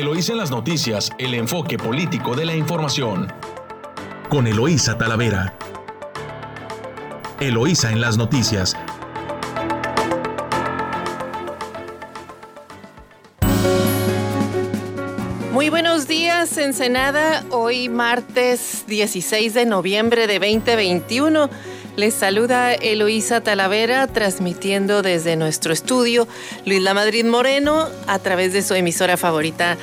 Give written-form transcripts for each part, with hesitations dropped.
Eloísa en las noticias, el enfoque político de la información. Con Eloísa Talavera. Eloísa en las noticias. Muy buenos días, Ensenada. Hoy martes 16 de noviembre de 2021. Les saluda Eloísa Talavera, transmitiendo desde nuestro estudio Luis La Madrid Moreno a través de su emisora favorita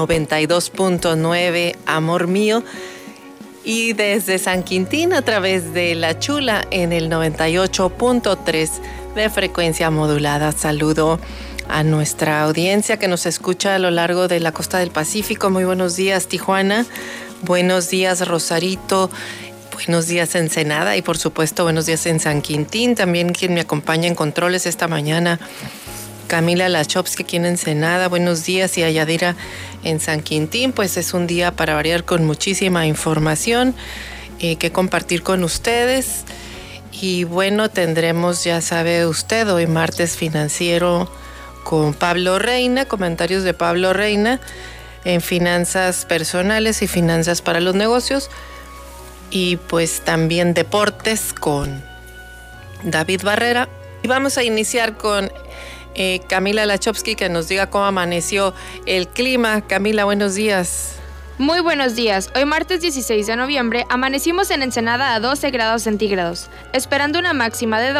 92.9 Amor Mío y desde San Quintín a través de La Chula en el 98.3 de frecuencia modulada. Saludo a nuestra audiencia que nos escucha a lo largo de la costa del Pacífico. Muy buenos días, Tijuana. Buenos días, Rosarito. Buenos días, Ensenada. Y por supuesto, buenos días en San Quintín. También quien me acompaña en controles esta mañana, Camila Lachowski, aquí en Ensenada. Buenos días. Y a Yadira en San Quintín. Pues es un día para variar con muchísima información que compartir con ustedes. Y bueno, tendremos, ya sabe usted, hoy martes financiero con Pablo Reina, comentarios de Pablo Reina en finanzas personales y finanzas para los negocios. Y pues también deportes con David Barrera. Y vamos a iniciar con Camila Lachowski, que nos diga cómo amaneció el clima. Camila, buenos días. Muy buenos días. Hoy martes 16 de noviembre amanecimos en Ensenada a 12 grados centígrados, esperando una máxima de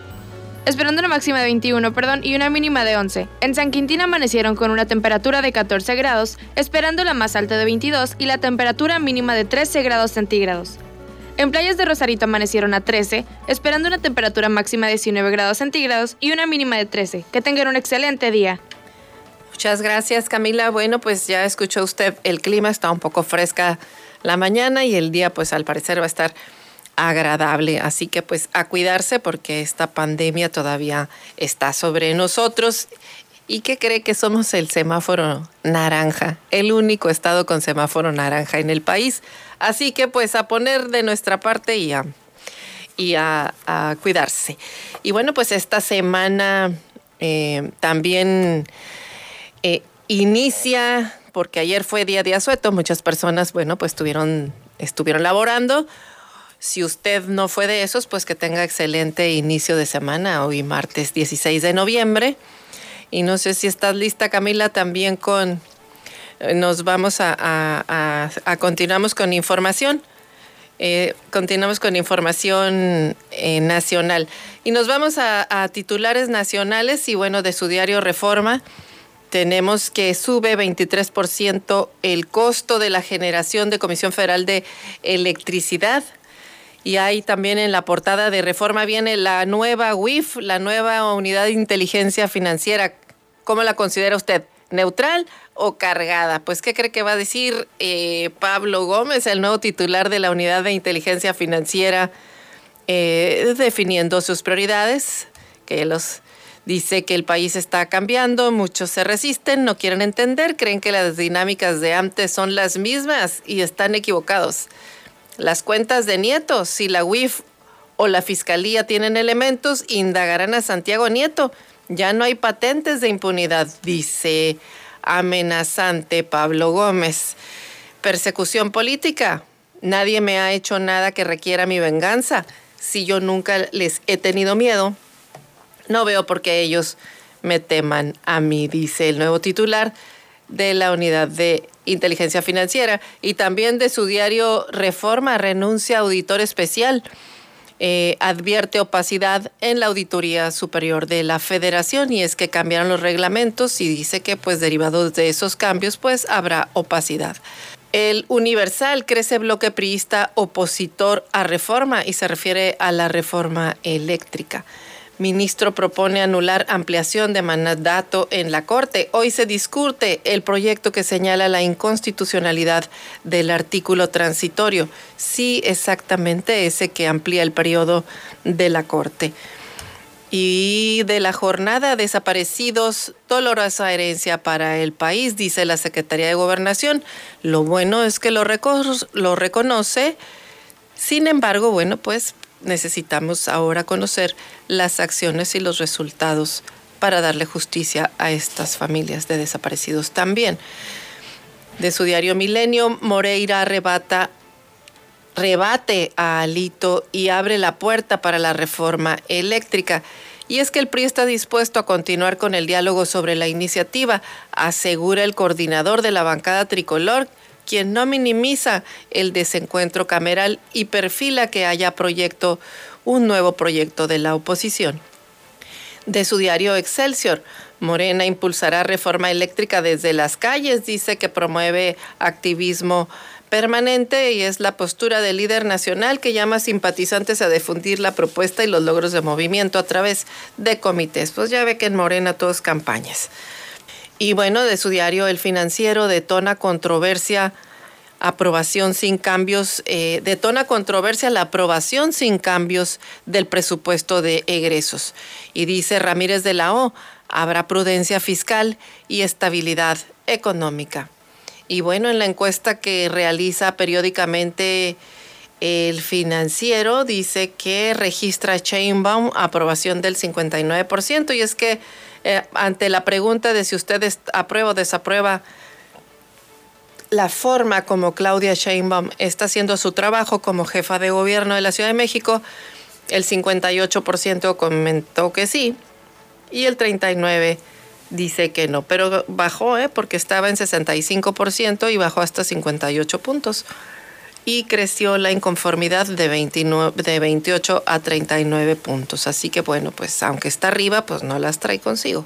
21, y una mínima de 11. En San Quintín amanecieron con una temperatura de 14 grados, esperando la más alta de 22 y la temperatura mínima de 13 grados centígrados. En Playas de Rosarito amanecieron a 13, esperando una temperatura máxima de 19 grados centígrados y una mínima de 13. Que tengan un excelente día. Muchas gracias, Camila. Bueno, pues ya escuchó usted, el clima está un poco fresca la mañana y el día pues al parecer va a estar agradable, así que pues a cuidarse porque esta pandemia todavía está sobre nosotros. ¿Y qué cree? Que somos el semáforo naranja, el único estado con semáforo naranja en el país, así que pues a poner de nuestra parte y a cuidarse. Y bueno, pues esta semana también inicia, porque ayer fue día de asueto, muchas personas, bueno, pues estuvieron laborando. Si usted no fue de esos, pues que tenga excelente inicio de semana, hoy martes 16 de noviembre. Y no sé si estás lista, Camila, también nos vamos continuamos con información. Continuamos con información nacional. Y nos vamos a titulares nacionales y bueno, de su diario Reforma. Tenemos que sube 23% el costo de la generación de Comisión Federal de Electricidad. Y ahí también en la portada de Reforma viene la nueva UIF, la nueva Unidad de Inteligencia Financiera. ¿Cómo la considera usted? ¿Neutral o cargada? Pues, ¿qué cree que va a decir Pablo Gómez, el nuevo titular de la Unidad de Inteligencia Financiera, definiendo sus prioridades? Dice que el país está cambiando, muchos se resisten, no quieren entender, creen que las dinámicas de antes son las mismas y están equivocados. Las cuentas de Nieto, si la UIF o la Fiscalía tienen elementos, indagarán a Santiago Nieto. Ya no hay patentes de impunidad, dice amenazante Pablo Gómez. Persecución política. Nadie me ha hecho nada que requiera mi venganza. Si yo nunca les he tenido miedo, no veo por qué ellos me teman a mí, dice el nuevo titular de la Unidad de Inteligencia Financiera. Y también de su diario Reforma, renuncia auditor especial. Advierte opacidad en la Auditoría Superior de la Federación, y es que cambiaron los reglamentos y dice que pues derivados de esos cambios pues habrá opacidad. El Universal, crece bloque priista opositor a reforma, y se refiere a la reforma eléctrica. Ministro propone anular ampliación de mandato en la Corte. Hoy se discute el proyecto que señala la inconstitucionalidad del artículo transitorio. Sí, exactamente ese que amplía el periodo de la Corte. Y de la jornada, desaparecidos, dolorosa herencia para el país, dice la Secretaría de Gobernación. Lo bueno es que lo reconoce. Sin embargo, bueno, pues necesitamos ahora conocer las acciones y los resultados para darle justicia a estas familias de desaparecidos también. De su diario Milenio, Moreira rebate a Alito y abre la puerta para la reforma eléctrica. Y es que el PRI está dispuesto a continuar con el diálogo sobre la iniciativa, asegura el coordinador de la bancada tricolor, quien no minimiza el desencuentro cameral y perfila que haya un nuevo proyecto de la oposición. De su diario Excelsior, Morena impulsará reforma eléctrica desde las calles, dice que promueve activismo permanente y es la postura del líder nacional que llama a simpatizantes a difundir la propuesta y los logros de movimiento a través de comités. Pues ya ve que en Morena todo es campañas. Y bueno, de su diario El Financiero, detona controversia la aprobación sin cambios del presupuesto de egresos. Y dice Ramírez de la O, habrá prudencia fiscal y estabilidad económica. Y bueno, en la encuesta que realiza periódicamente El Financiero, dice que registra Sheinbaum aprobación del 59%. Y es que ante la pregunta de si usted aprueba o desaprueba la forma como Claudia Sheinbaum está haciendo su trabajo como jefa de gobierno de la Ciudad de México, el 58% comentó que sí y el 39% dice que no, pero bajó, porque estaba en 65% y bajó hasta 58 puntos. Y creció la inconformidad de 28 a 39 puntos. Así que bueno, pues aunque está arriba, pues no las trae consigo.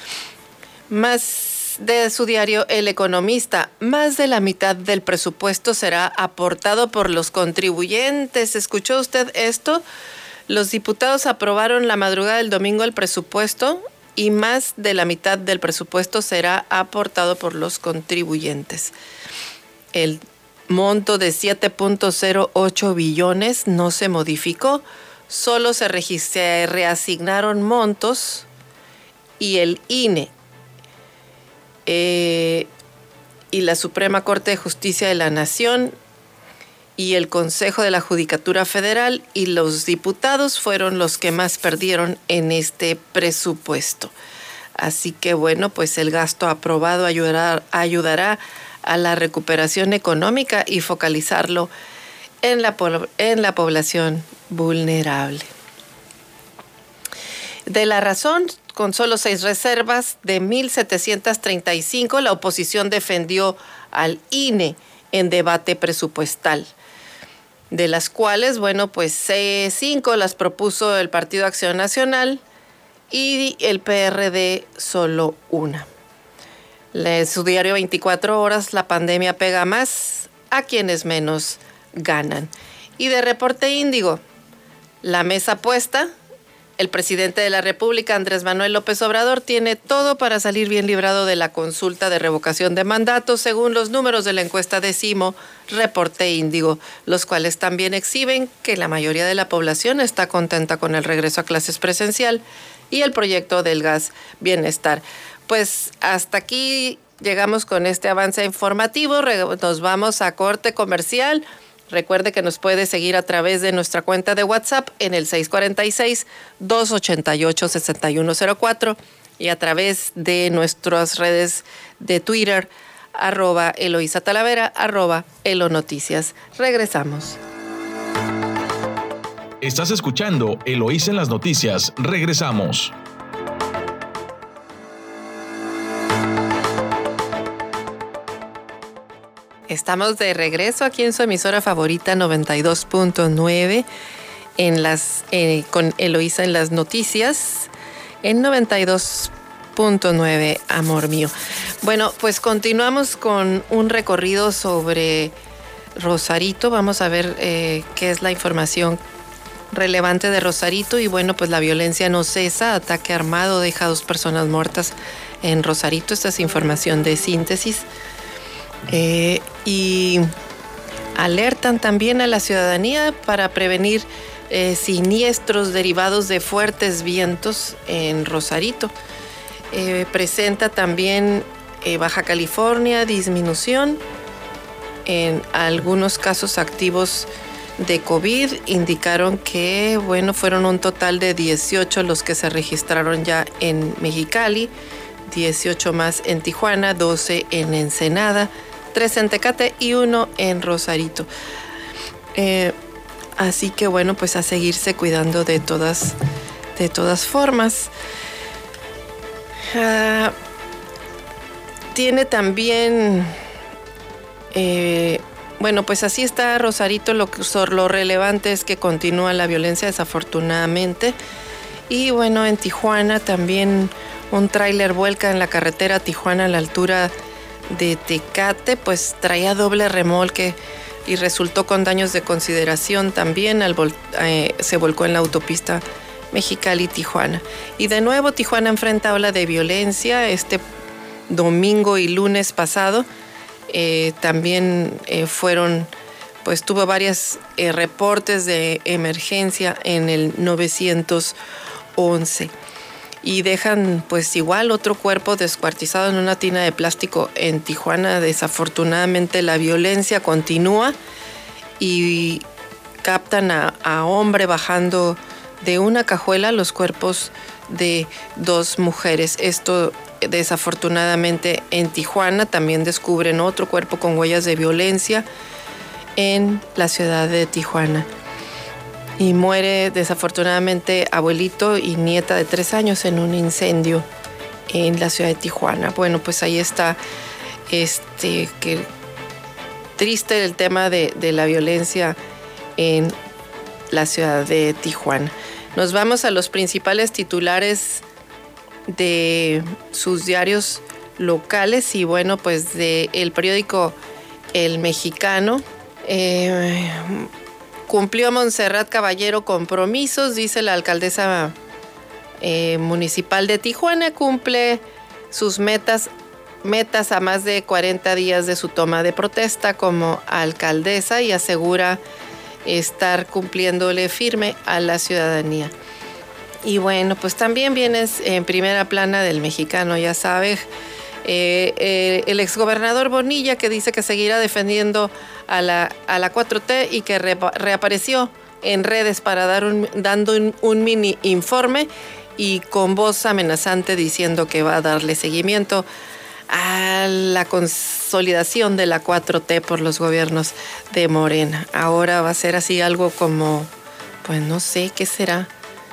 Más de su diario El Economista, más de la mitad del presupuesto será aportado por los contribuyentes. ¿Escuchó usted esto? Los diputados aprobaron la madrugada del domingo el presupuesto y más de la mitad del presupuesto será aportado por los contribuyentes. El monto de 7.08 billones no se modificó, solo se reasignaron montos y el INE y la Suprema Corte de Justicia de la Nación y el Consejo de la Judicatura Federal y los diputados fueron los que más perdieron en este presupuesto. Así que bueno, pues el gasto aprobado ayudará a la recuperación económica y focalizarlo en la población vulnerable. De La Razón, con solo 6 reservas de 1.735, la oposición defendió al INE en debate presupuestal, de las cuales, bueno, pues 5 las propuso el Partido Acción Nacional y el PRD solo 1. Su diario 24 horas, la pandemia pega más a quienes menos ganan. Y de Reporte Índigo, la mesa puesta, el presidente de la República, Andrés Manuel López Obrador, tiene todo para salir bien librado de la consulta de revocación de mandato, según los números de la encuesta de Simo, Reporte Índigo, los cuales también exhiben que la mayoría de la población está contenta con el regreso a clases presencial y el proyecto del gas bienestar. Pues hasta aquí llegamos con este avance informativo. Nos vamos a corte comercial. Recuerde que nos puede seguir a través de nuestra cuenta de WhatsApp en el 646-288-6104 y a través de nuestras redes de Twitter, @EloísaTalavera, @EloNoticias. Regresamos. Estás escuchando Eloísa en las noticias. Regresamos. Estamos de regreso aquí en su emisora favorita 92.9 con Eloísa en las noticias en 92.9, amor mío. Bueno, pues continuamos con un recorrido sobre Rosarito. Vamos a ver qué es la información relevante de Rosarito. Y bueno, pues la violencia no cesa, ataque armado deja 2 personas muertas en Rosarito. Esta es información de Síntesis. Y alertan también a la ciudadanía para prevenir siniestros derivados de fuertes vientos en Rosarito. Presenta también Baja California disminución en algunos casos activos de COVID. Indicaron que, bueno, fueron un total de 18 los que se registraron ya en Mexicali, 18 más en Tijuana, 12 en Ensenada, 3 en Tecate y 1 en Rosarito. Así que bueno, pues a seguirse cuidando de todas formas. Tiene también, bueno, pues así está Rosarito. Lo relevante es que continúa la violencia, desafortunadamente. Y bueno, en Tijuana también un tráiler vuelca en la carretera Tijuana a la altura de Tecate, pues traía doble remolque y resultó con daños de consideración también. Se volcó en la autopista Mexicali-Tijuana. Y de nuevo Tijuana enfrenta ola de violencia. Este domingo y lunes pasado también tuvo varios reportes de emergencia en el 911. Y dejan pues igual otro cuerpo descuartizado en una tina de plástico en Tijuana. Desafortunadamente la violencia continúa y captan a hombre bajando de una cajuela los cuerpos de 2 mujeres. Esto desafortunadamente en Tijuana. También descubren otro cuerpo con huellas de violencia en la ciudad de Tijuana. Y muere desafortunadamente abuelito y nieta de 3 años en un incendio en la ciudad de Tijuana. Bueno, pues ahí está, que triste el tema de la violencia en la ciudad de Tijuana. Nos vamos a los principales titulares de sus diarios locales y bueno, pues del periódico El Mexicano. Cumplió Montserrat Caballero compromisos, dice la alcaldesa municipal de Tijuana. Cumple sus metas a más de 40 días de su toma de protesta como alcaldesa y asegura estar cumpliéndole firme a la ciudadanía. Y bueno, pues también vienes en primera plana del Mexicano, ya sabes, el exgobernador Bonilla, que dice que seguirá defendiendo a la 4T y que reapareció en redes para dando un mini informe y con voz amenazante diciendo que va a darle seguimiento a la consolidación de la 4T por los gobiernos de Morena. Ahora va a ser así algo como, pues no sé qué será,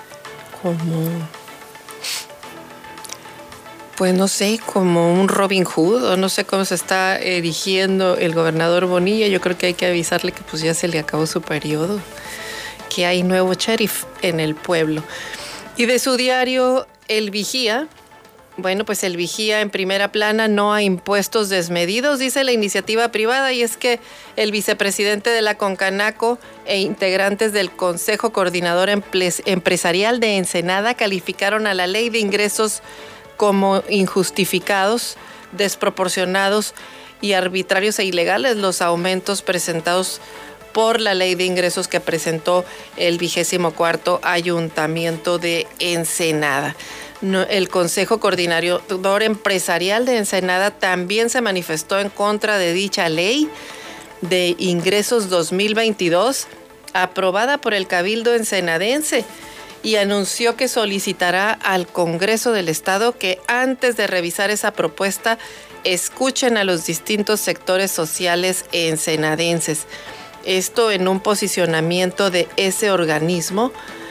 como un Robin Hood, o no sé cómo se está erigiendo el gobernador Bonilla. Yo creo que hay que avisarle que pues ya se le acabó su periodo, que hay nuevo sheriff en el pueblo. Y de su diario El Vigía, bueno, pues El Vigía en primera plana: no a impuestos desmedidos, dice la iniciativa privada, y es que el vicepresidente de la Concanaco e integrantes del Consejo Coordinador Empresarial de Ensenada calificaron a la ley de ingresos como injustificados, desproporcionados y arbitrarios e ilegales los aumentos presentados por la ley de ingresos que presentó el 24º Ayuntamiento de Ensenada. El Consejo Coordinador Empresarial de Ensenada también se manifestó en contra de dicha ley de ingresos 2022, aprobada por el Cabildo ensenadense, y anunció que solicitará al Congreso del Estado que antes de revisar esa propuesta escuchen a los distintos sectores sociales ensenadenses. Esto en un posicionamiento de ese organismo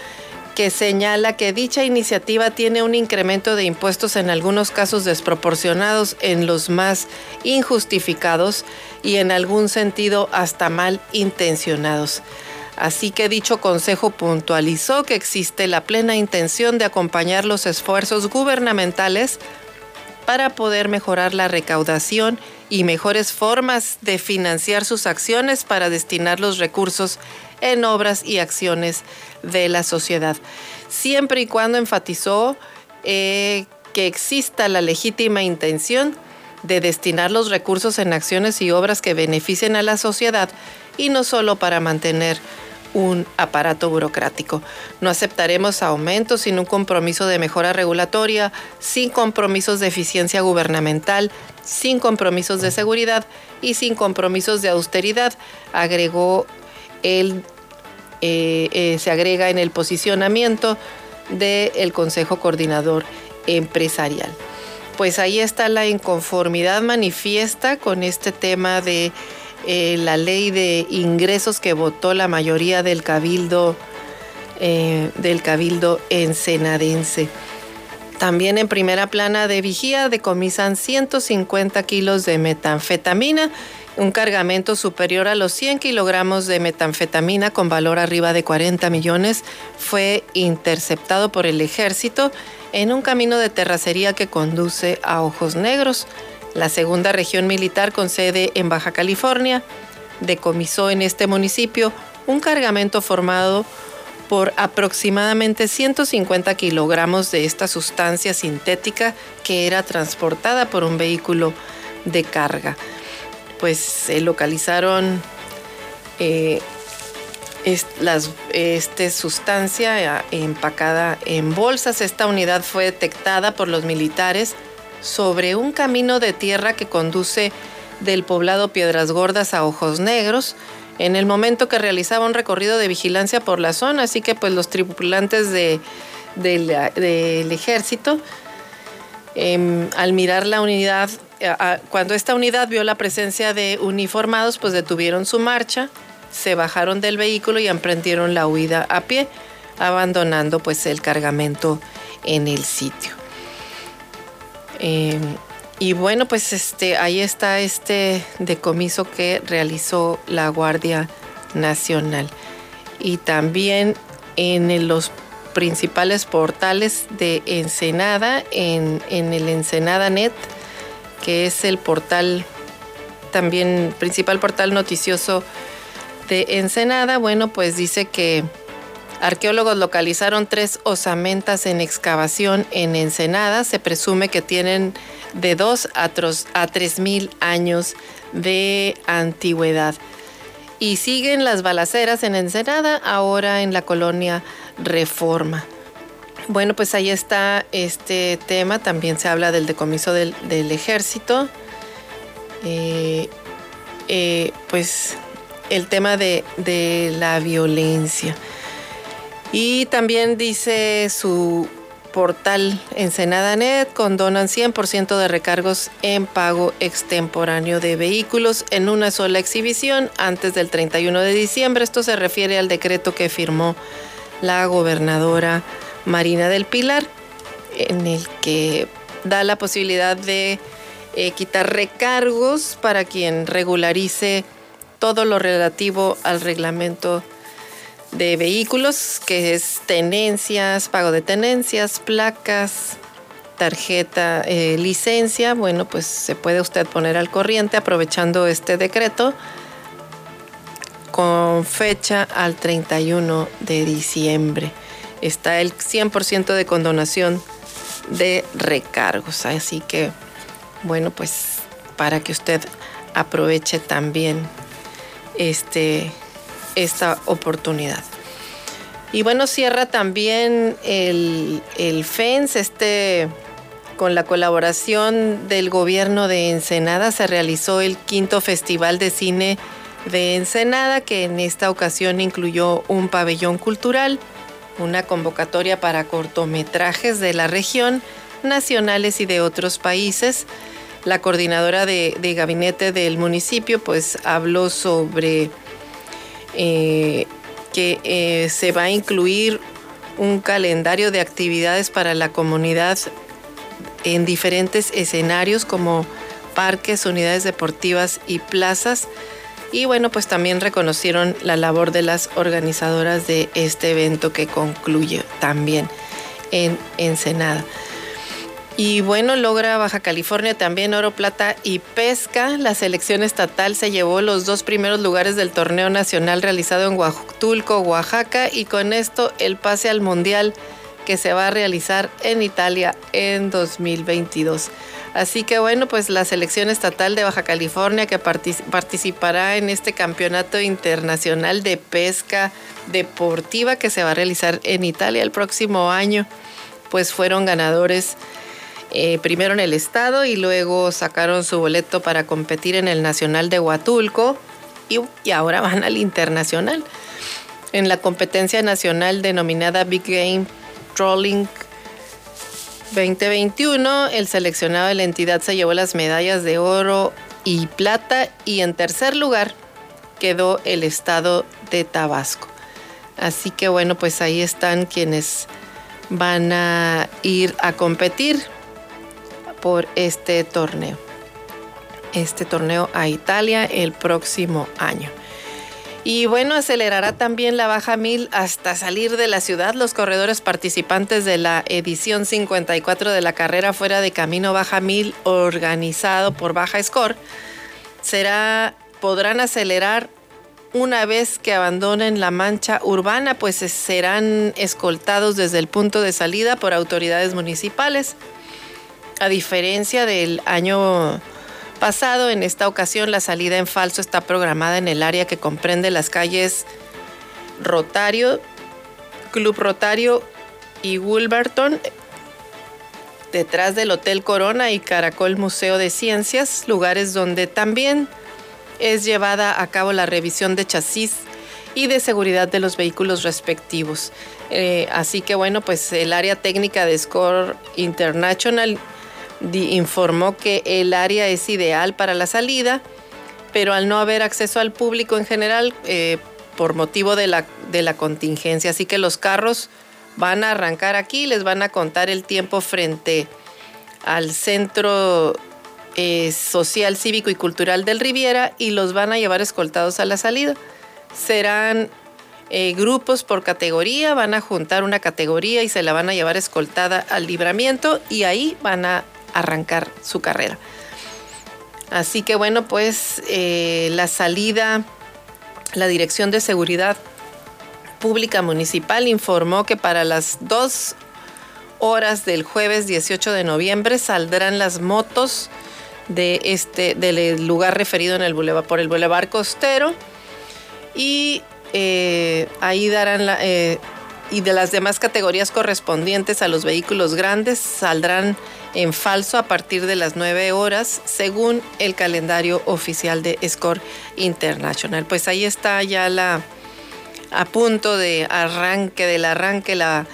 que señala que dicha iniciativa tiene un incremento de impuestos en algunos casos desproporcionados, en los más injustificados y en algún sentido hasta mal intencionados. Así que dicho consejo puntualizó que existe la plena intención de acompañar los esfuerzos gubernamentales para poder mejorar la recaudación y mejores formas de financiar sus acciones para destinar los recursos en obras y acciones de la sociedad, siempre y cuando enfatizó que exista la legítima intención de destinar los recursos en acciones y obras que beneficien a la sociedad y no solo para mantener un aparato burocrático. No aceptaremos aumentos sin un compromiso de mejora regulatoria, sin compromisos de eficiencia gubernamental, sin compromisos de seguridad y sin compromisos de austeridad, agregó él. Se agrega en el posicionamiento del Consejo Coordinador Empresarial. pues ahí está la inconformidad manifiesta con este tema de la ley de ingresos que votó la mayoría del cabildo ensenadense. También en primera plana de vigía decomisan 150 kilos de metanfetamina, un cargamento superior a los 100 kilogramos de metanfetamina con valor arriba de 40 millones fue interceptado por el ejército en un camino de terracería que conduce a Ojos Negros. La segunda región militar con sede en Baja California decomisó en este municipio un cargamento formado por aproximadamente 150 kilogramos de esta sustancia sintética que era transportada por un vehículo de carga. Pues se localizaron esta sustancia empacada en bolsas. Esta unidad fue detectada por los militares sobre un camino de tierra que conduce del poblado Piedras Gordas a Ojos Negros, en el momento que realizaba un recorrido de vigilancia por la zona. Así que pues los tripulantes del ejército, al mirar la unidad, cuando esta unidad vio la presencia de uniformados, pues detuvieron su marcha, se bajaron del vehículo y emprendieron la huida a pie, abandonando pues el cargamento en el sitio. Y bueno, pues ahí está este decomiso que realizó la Guardia Nacional. Y también en los principales portales de Ensenada, en el Ensenada.net, que es el portal, también principal portal noticioso de Ensenada, bueno, pues dice que arqueólogos localizaron 3 osamentas en excavación en Ensenada. Se presume que tienen de 2 a 3,000 años de antigüedad. Y siguen las balaceras en Ensenada, ahora en la colonia Reforma. Bueno, pues ahí está este tema. También se habla del decomiso del ejército. Pues el tema de la violencia. Y también dice su portal Ensenada.net, condonan 100% de recargos en pago extemporáneo de vehículos en una sola exhibición antes del 31 de diciembre. Esto se refiere al decreto que firmó la gobernadora Marina del Pilar, en el que da la posibilidad de quitar recargos para quien regularice todo lo relativo al reglamento de vehículos, que es tenencias, pago de tenencias, placas, tarjeta, licencia. Bueno, pues se puede usted poner al corriente aprovechando este decreto con fecha al 31 de diciembre. Está el 100% de condonación de recargos. Así que, bueno, pues para que usted aproveche también esta oportunidad. Y bueno, cierra también el FENS, con la colaboración del gobierno de Ensenada, se realizó el 5º Festival de Cine de Ensenada, que en esta ocasión incluyó un pabellón cultural, una convocatoria para cortometrajes de la región, nacionales y de otros países. La coordinadora de gabinete del municipio pues habló sobre que se va a incluir un calendario de actividades para la comunidad en diferentes escenarios como parques, unidades deportivas y plazas. Y bueno, pues también reconocieron la labor de las organizadoras de este evento, que concluye también en Ensenada. Y bueno, logra Baja California también oro, plata y pesca. La selección estatal se llevó los 2 primeros lugares del torneo nacional realizado en Huatulco, Oaxaca, y con esto el pase al mundial que se va a realizar en Italia en 2022. Así que bueno, pues la selección estatal de Baja California, que participará en este campeonato internacional de pesca deportiva que se va a realizar en Italia el próximo año, pues fueron ganadores primero en el estado y luego sacaron su boleto para competir en el Nacional de Huatulco y ahora van al internacional. En la competencia nacional denominada Big Game Trolling 2021, el seleccionado de la entidad se llevó las medallas de oro y plata, y en tercer lugar quedó el estado de Tabasco. Así que bueno, pues ahí están quienes van a ir a competir por este torneo a Italia el próximo año. Y bueno, acelerará también la Baja 1000 hasta salir de la ciudad. Los corredores participantes de la edición 54 de la carrera fuera de camino Baja 1000, organizado por Baja Score, podrán acelerar una vez que abandonen la mancha urbana, pues serán escoltados desde el punto de salida por autoridades municipales. A diferencia del año pasado, en esta ocasión la salida en falso está programada en el área que comprende las calles Rotario, Club Rotario y Wolverton, detrás del Hotel Corona y Caracol Museo de Ciencias, lugares donde también es llevada a cabo la revisión de chasis y de seguridad de los vehículos respectivos. Así que bueno, pues el área técnica de Score International informó que el área es ideal para la salida, pero al no haber acceso al público en general, por motivo de la contingencia. Así que los carros van a arrancar aquí, les van a contar el tiempo frente al Centro Social, Cívico y Cultural del Riviera y los van a llevar escoltados a la salida. Serán grupos por categoría, van a juntar una categoría y se la van a llevar escoltada al libramiento y ahí van a arrancar su carrera. Así que bueno, pues la salida, la Dirección de Seguridad Pública Municipal informó que para las 2 horas del jueves 18 de noviembre saldrán las motos del lugar referido por el Boulevard Costero, y ahí darán y de las demás categorías correspondientes a los vehículos grandes saldrán en falso a partir de las 9 horas, según el calendario oficial de Score International. Pues ahí está ya a punto de arranque la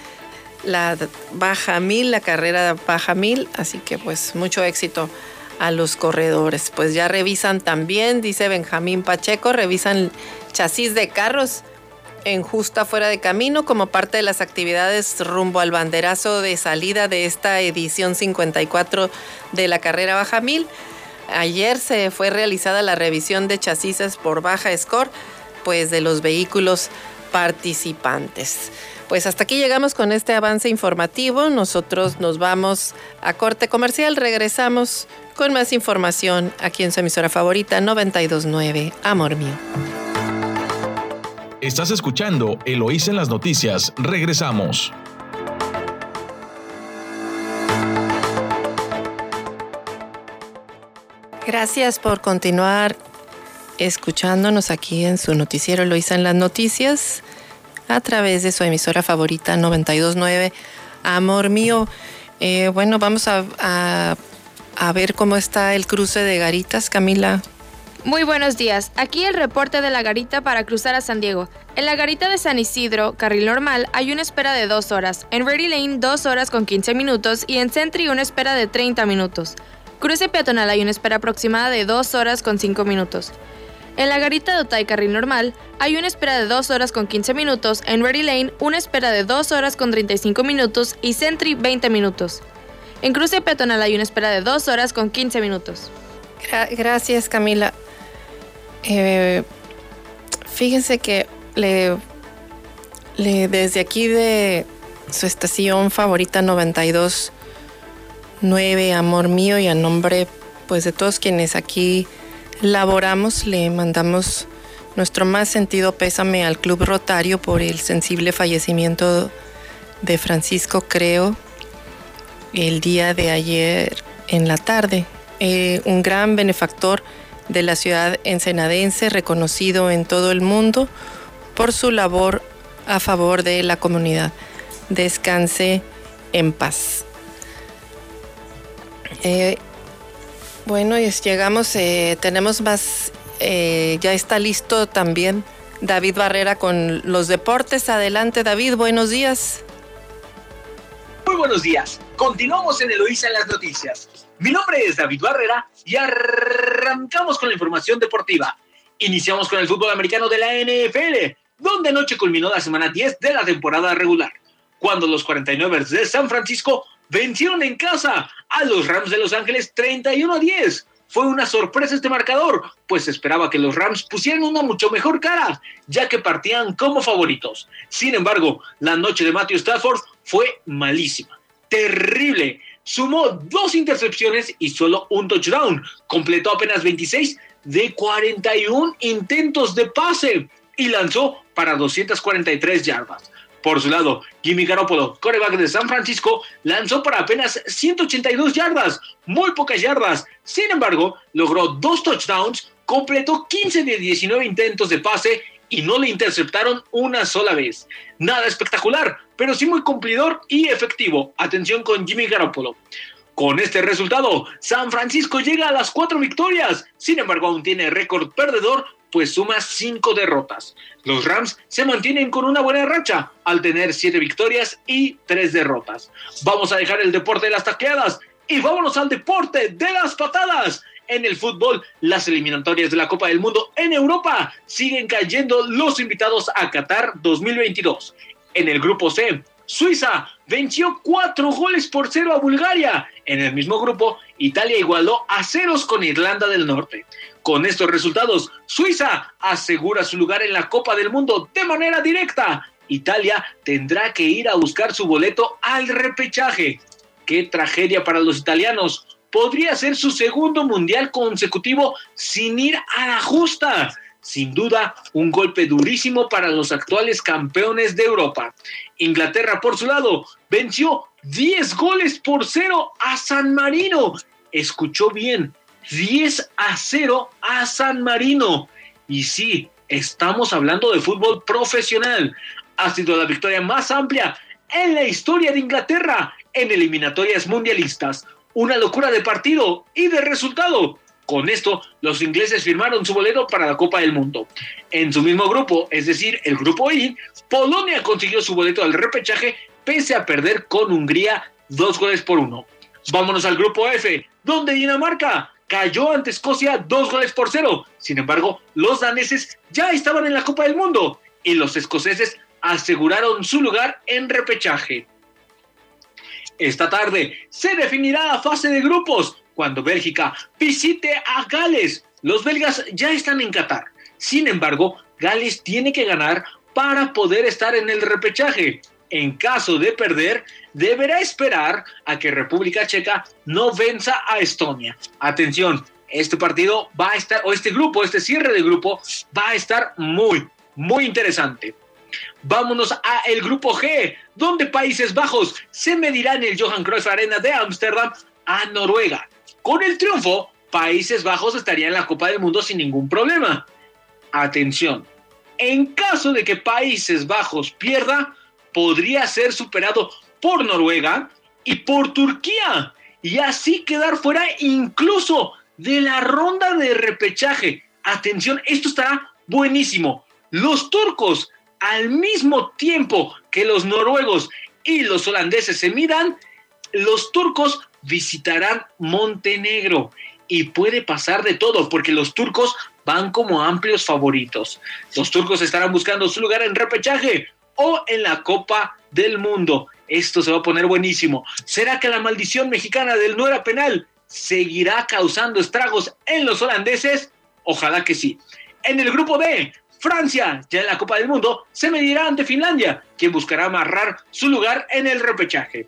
Baja 1000, la carrera Baja 1000, así que pues mucho éxito a los corredores. Pues ya revisan también, dice Benjamín Pacheco, revisan chasis de carros en justa fuera de camino como parte de las actividades rumbo al banderazo de salida de esta edición 54 de la carrera Baja 1000. Ayer se fue realizada la revisión de chasis por Baja Score, pues de los vehículos participantes. Pues hasta aquí llegamos con este avance informativo. Nosotros nos vamos a corte comercial, regresamos con más información aquí en su emisora favorita 92.9 Amor Mío. Estás escuchando Eloísa en las noticias. Regresamos. Gracias por continuar escuchándonos aquí en su noticiero Eloísa en las noticias a través de su emisora favorita 92.9 Amor Mío. Bueno, vamos a ver cómo está el cruce de Garitas, Camila. Muy buenos días. Aquí el reporte de la garita para cruzar a San Diego. En la garita de San Isidro, carril normal, hay una espera de 2 horas. En Ready Lane, 2 horas con 15 minutos. Y en Sentry, una espera de 30 minutos. Cruce peatonal, hay una espera aproximada de 2 horas con 5 minutos. En la garita de Otay, carril normal, hay una espera de 2 horas con 15 minutos. En Ready Lane, una espera de 2 horas con 35 minutos. Y Sentry, 20 minutos. En cruce peatonal, hay una espera de 2 horas con 15 minutos. Gracias, Camila. Fíjense que desde aquí de su estación favorita 92.9 Amor Mío, y a nombre pues de todos quienes aquí laboramos, le mandamos nuestro más sentido pésame al Club Rotario por el sensible fallecimiento de Francisco Creo el día de ayer en la tarde. Un gran benefactor de la ciudad ensenadense, reconocido en todo el mundo por su labor a favor de la comunidad. Descanse en paz. Bueno, llegamos, tenemos más, ya está listo también David Barrera con los deportes. Adelante, David, buenos días. Muy buenos días. Continuamos en Eloísa en las noticias. Mi nombre es David Barrera y arrancamos con la información deportiva. Iniciamos con el fútbol americano de la NFL, donde anoche culminó la semana 10 de la temporada regular, cuando los 49ers de San Francisco vencieron en casa a los Rams de Los Ángeles 31-10. Fue una sorpresa este marcador, pues se esperaba que los Rams pusieran una mucho mejor cara, ya que partían como favoritos. Sin embargo, la noche de Matthew Stafford fue malísima, terrible. Sumó 2 intercepciones y solo un touchdown. Completó apenas 26 de 41 intentos de pase y lanzó para 243 yardas. Por su lado, Jimmy Garoppolo, quarterback de San Francisco, lanzó para apenas 182 yardas, muy pocas yardas. Sin embargo, logró 2 touchdowns, completó 15 de 19 intentos de pase y no le interceptaron una sola vez. Nada espectacular, pero sí muy cumplidor y efectivo. Atención con Jimmy Garoppolo. Con este resultado, San Francisco llega a las 4 victorias. Sin embargo, aún tiene récord perdedor, pues suma 5 derrotas. Los Rams se mantienen con una buena racha al tener 7 victorias y 3 derrotas. Vamos a dejar el deporte de las tacleadas y vámonos al deporte de las patadas. En el fútbol, las eliminatorias de la Copa del Mundo en Europa siguen cayendo los invitados a Qatar 2022. En el grupo C, Suiza venció 4-0 a Bulgaria. En el mismo grupo, Italia igualó a ceros con Irlanda del Norte. Con estos resultados, Suiza asegura su lugar en la Copa del Mundo de manera directa. Italia tendrá que ir a buscar su boleto al repechaje. ¡Qué tragedia para los italianos! Podría ser su segundo mundial consecutivo sin ir a la justa. Sin duda, un golpe durísimo para los actuales campeones de Europa. Inglaterra, por su lado, venció 10-0 a San Marino. Escuchó bien, 10-0 a San Marino. Y sí, estamos hablando de fútbol profesional. Ha sido la victoria más amplia en la historia de Inglaterra en eliminatorias mundialistas. Una locura de partido y de resultado. Con esto, los ingleses firmaron su boleto para la Copa del Mundo. En su mismo grupo, es decir, el grupo I, Polonia consiguió su boleto al repechaje pese a perder con Hungría 2-1. Vámonos al grupo F, donde Dinamarca cayó ante Escocia 2-0. Sin embargo, los daneses ya estaban en la Copa del Mundo y los escoceses aseguraron su lugar en repechaje. Esta tarde se definirá la fase de grupos cuando Bélgica visite a Gales. Los belgas ya están en Qatar. Sin embargo, Gales tiene que ganar para poder estar en el repechaje. En caso de perder, deberá esperar a que República Checa no venza a Estonia. Atención, este partido va a estar, o este cierre de grupo va a estar muy, muy interesante. Vámonos a el grupo G, donde Países Bajos se medirá en el Johan Cruyff Arena de Ámsterdam a Noruega. Con el triunfo, Países Bajos estaría en la Copa del Mundo sin ningún problema. Atención, en caso de que Países Bajos pierda, podría ser superado por Noruega y por Turquía, y así quedar fuera incluso de la ronda de repechaje. Atención, esto estará buenísimo. Los turcos, al mismo tiempo que los noruegos y los holandeses se midan, los turcos visitarán Montenegro y puede pasar de todo porque los turcos van como amplios favoritos. Los turcos estarán buscando su lugar en repechaje o en la Copa del Mundo. Esto se va a poner buenísimo. ¿Será que la maldición mexicana del no era penal seguirá causando estragos en los holandeses? Ojalá que sí. En el grupo D, Francia, ya en la Copa del Mundo, se medirá ante Finlandia, quien buscará amarrar su lugar en el repechaje.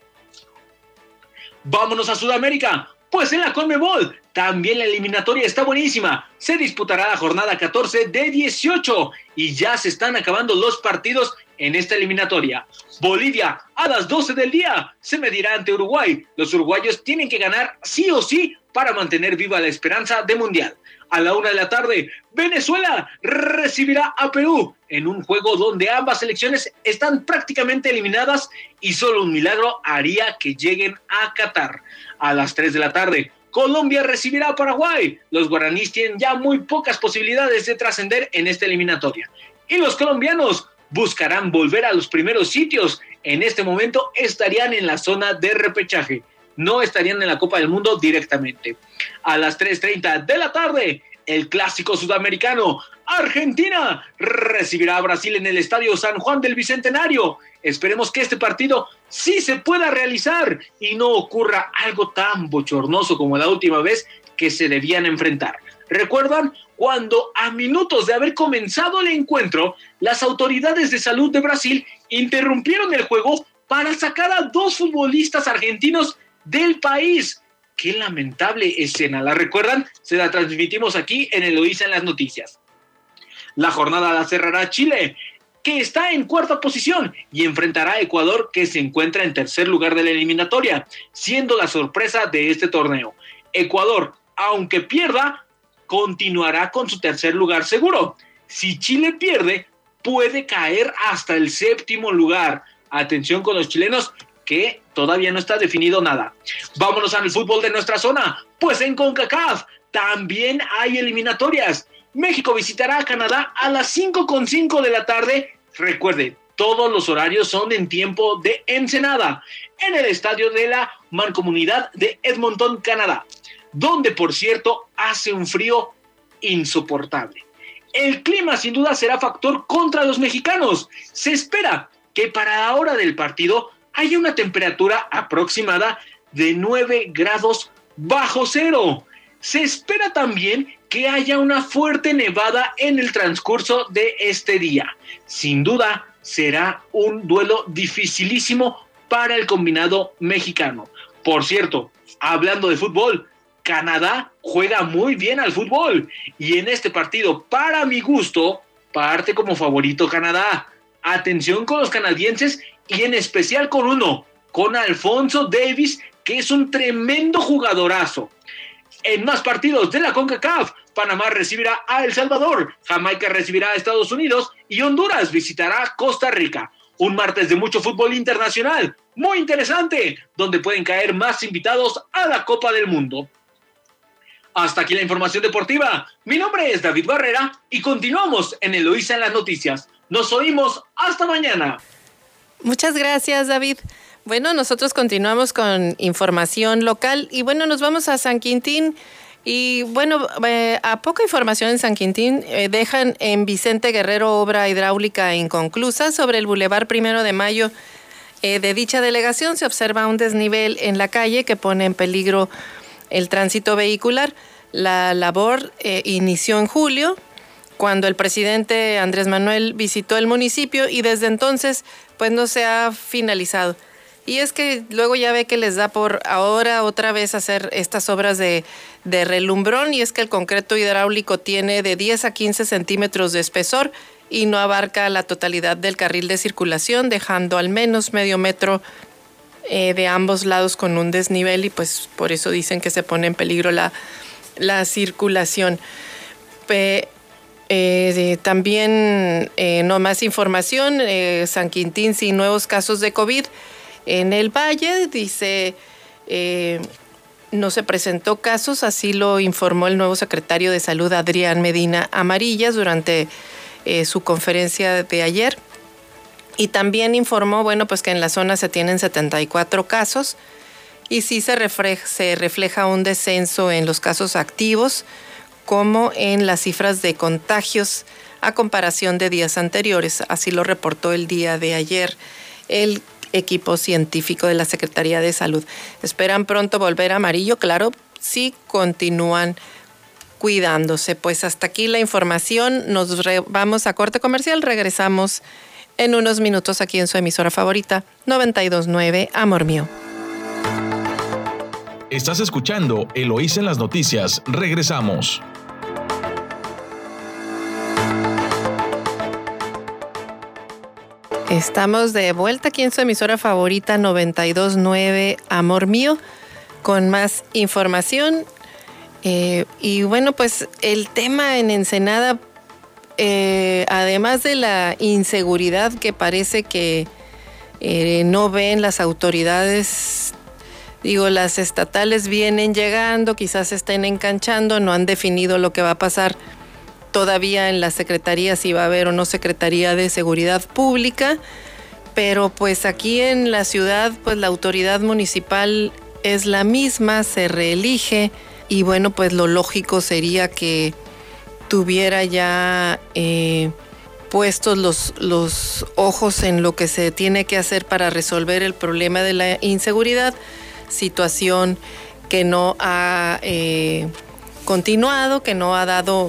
Vámonos a Sudamérica, pues en la CONMEBOL también la eliminatoria está buenísima. Se disputará la jornada 14 de 18 y ya se están acabando los partidos en esta eliminatoria. Bolivia, a las 12 del día, se medirá ante Uruguay. Los uruguayos tienen que ganar sí o sí para mantener viva la esperanza de mundial. A la 1 de la tarde, Venezuela recibirá a Perú en un juego donde ambas selecciones están prácticamente eliminadas y solo un milagro haría que lleguen a Qatar. A las 3 de la tarde, Colombia recibirá a Paraguay. Los guaraníes tienen ya muy pocas posibilidades de trascender en esta eliminatoria. Y los colombianos buscarán volver a los primeros sitios en este momento estarían en la zona de repechaje. No estarían en la Copa del Mundo directamente. A las 3:30 de la tarde, el clásico sudamericano. Argentina recibirá a Brasil en el Estadio San Juan del Bicentenario. Esperemos que este partido sí se pueda realizar y no ocurra algo tan bochornoso como la última vez que se debían enfrentar. ¿Recuerdan cuando a minutos de haber comenzado el encuentro, las autoridades de salud de Brasil interrumpieron el juego para sacar a 2 futbolistas argentinos del país? Qué lamentable escena. ¿La recuerdan? Se la transmitimos aquí en Eloísa en las noticias. La jornada la cerrará Chile, que está en 4ª posición, y enfrentará a Ecuador, que se encuentra en 3er lugar de la eliminatoria, siendo la sorpresa de este torneo. Ecuador, aunque pierda, continuará con su 3er lugar seguro. Si Chile pierde, puede caer hasta el 7º lugar. Atención con los chilenos, que todavía no está definido nada. Vámonos al fútbol de nuestra zona, pues en CONCACAF también hay eliminatorias. México visitará a Canadá a las 5:05 de la tarde. Recuerde, todos los horarios son en tiempo de Ensenada, en el estadio de la Mancomunidad de Edmonton, Canadá, donde, por cierto, hace un frío insoportable. El clima sin duda será factor contra los mexicanos. Se espera que para la hora del partido haya una temperatura aproximada de 9 grados bajo cero. Se espera también que haya una fuerte nevada en el transcurso de este día. Sin duda, será un duelo dificilísimo para el combinado mexicano. Por cierto, hablando de fútbol, Canadá juega muy bien al fútbol. Y en este partido, para mi gusto, parte como favorito Canadá. Atención con los canadienses y en especial con uno, con Alfonso Davies, que es un tremendo jugadorazo. En más partidos de la CONCACAF, Panamá recibirá a El Salvador, Jamaica recibirá a Estados Unidos y Honduras visitará Costa Rica. Un martes de mucho fútbol internacional, muy interesante, donde pueden caer más invitados a la Copa del Mundo. Hasta aquí la información deportiva. Mi nombre es David Barrera y continuamos en Eloísa en las noticias. Nos oímos hasta mañana. Muchas gracias, David. Bueno, nosotros continuamos con información local y bueno, nos vamos a San Quintín y bueno, a poca información en San Quintín dejan en Vicente Guerrero obra hidráulica inconclusa sobre el Boulevard 1 de Mayo. De dicha delegación se observa un desnivel en la calle que pone en peligro el tránsito vehicular. La labor inició en julio, cuando el presidente Andrés Manuel visitó el municipio y desde entonces pues no se ha finalizado. Y es que luego ya ve que les da por ahora otra vez hacer estas obras de relumbrón, y es que el concreto hidráulico tiene de 10 a 15 centímetros de espesor y no abarca la totalidad del carril de circulación, dejando al menos medio metro de ambos lados con un desnivel, y pues por eso dicen que se pone en peligro la circulación. También no más información, San Quintín sin nuevos casos de COVID. En el Valle, dice, no se presentó casos, así lo informó el nuevo secretario de Salud, Adrián Medina Amarillas, durante su conferencia de ayer. Y también informó, bueno, pues que en la zona se tienen 74 casos y sí se refleja un descenso en los casos activos, como en las cifras de contagios a comparación de días anteriores. Así lo reportó el día de ayer el equipo científico de la Secretaría de Salud. Esperan pronto volver a amarillo, claro, si continúan cuidándose. Pues hasta aquí la información. Vamos a corte comercial. Regresamos en unos minutos aquí en su emisora favorita, 92.9 Amor Mío. Estás escuchando Eloísa en las noticias. Regresamos. Estamos de vuelta aquí en su emisora favorita 92.9 Amor Mío con más información. Y bueno, pues el tema en Ensenada, además de la inseguridad que parece que no ven las autoridades, digo, las estatales vienen llegando, quizás estén enganchando, no han definido lo que va a pasar todavía en la Secretaría, si va a haber o no Secretaría de Seguridad Pública, pero pues aquí en la ciudad, pues la autoridad municipal es la misma, se reelige, y bueno, pues lo lógico sería que tuviera ya puestos los ojos en lo que se tiene que hacer para resolver el problema de la inseguridad, situación que no ha continuado, que no ha dado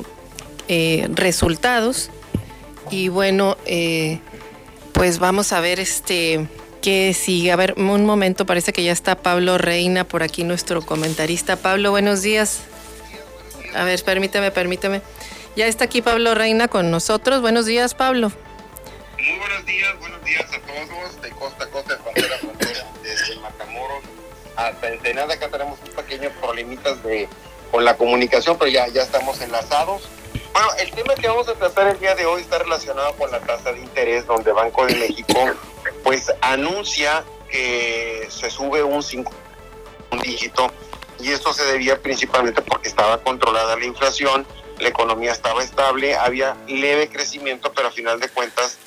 resultados. Y bueno, pues vamos a ver qué sigue. A ver, un momento, parece que ya está Pablo Reina por aquí, nuestro comentarista. Pablo, buenos días. A ver, permíteme. Ya está aquí Pablo Reina con nosotros. Buenos días, Pablo. Muy buenos días a todos, de costa a costa, de frontera a frontera, desde Matamoros hasta Ensenada. Acá tenemos un pequeño problemitas con la comunicación, pero ya estamos enlazados. Bueno, el tema que vamos a tratar el día de hoy está relacionado con la tasa de interés, donde Banco de México pues anuncia que se sube un dígito, y esto se debía principalmente porque estaba controlada la inflación, la economía estaba estable, había leve crecimiento, pero a final de cuentas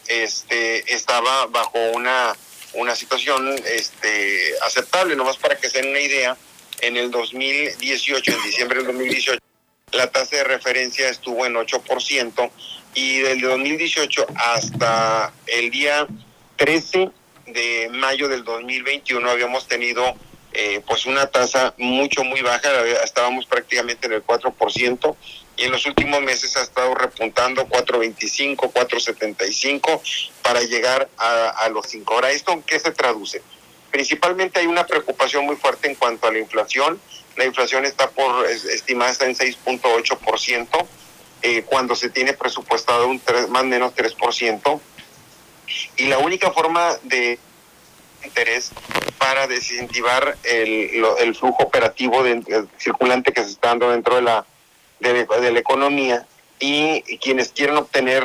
estaba bajo una situación aceptable. Nomás para que se den una idea, en el 2018, en diciembre del 2018, la tasa de referencia estuvo en 8%, y del 2018 hasta el día 13 de mayo del 2021 habíamos tenido pues una tasa muy baja, estábamos prácticamente en el 4%, y en los últimos meses ha estado repuntando 4.25, 4.75 para llegar a los 5. Ahora, ¿esto en qué se traduce? Principalmente hay una preocupación muy fuerte en cuanto a la inflación. La inflación está estimada en 6.8%, cuando se tiene presupuestado más o menos 3%. Y la única forma de interés para desincentivar el flujo operativo circulante que se está dando dentro de la economía, y quienes quieren obtener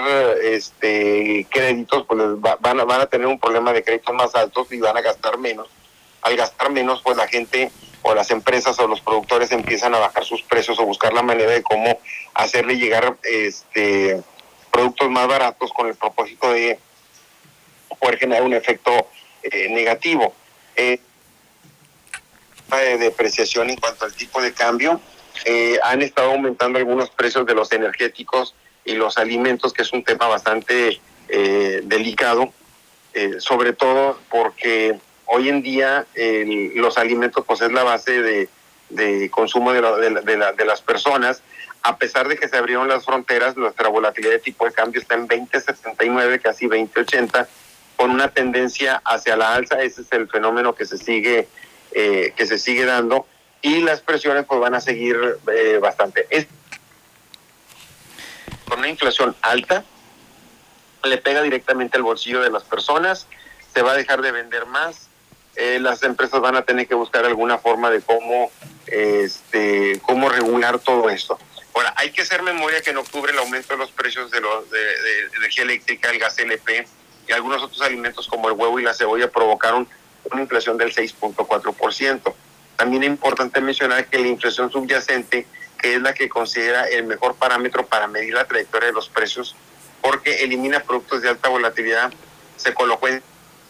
créditos pues van a tener un problema de créditos más altos y van a gastar menos. Al gastar menos, pues la gente o las empresas o los productores empiezan a bajar sus precios o buscar la manera de cómo hacerle llegar productos más baratos, con el propósito de poder generar un efecto negativo. De depreciación en cuanto al tipo de cambio, han estado aumentando algunos precios de los energéticos y los alimentos, que es un tema bastante delicado, sobre todo porque hoy en día los alimentos pues es la base de consumo de las personas. A pesar de que se abrieron las fronteras, nuestra volatilidad de tipo de cambio está en 20.79, casi 20.80, con una tendencia hacia la alza. Ese es el fenómeno que se sigue dando, y las presiones pues van a seguir bastante. Con una inflación alta, le pega directamente al bolsillo de las personas, se va a dejar de vender más, las empresas van a tener que buscar alguna forma de cómo regular todo esto. Ahora, hay que hacer memoria que en octubre el aumento de los precios de energía eléctrica, el gas LP y algunos otros alimentos como el huevo y la cebolla provocaron una inflación del 6.4%. También es importante mencionar que la inflación subyacente, que es la que considera el mejor parámetro para medir la trayectoria de los precios, porque elimina productos de alta volatilidad, se colocó en...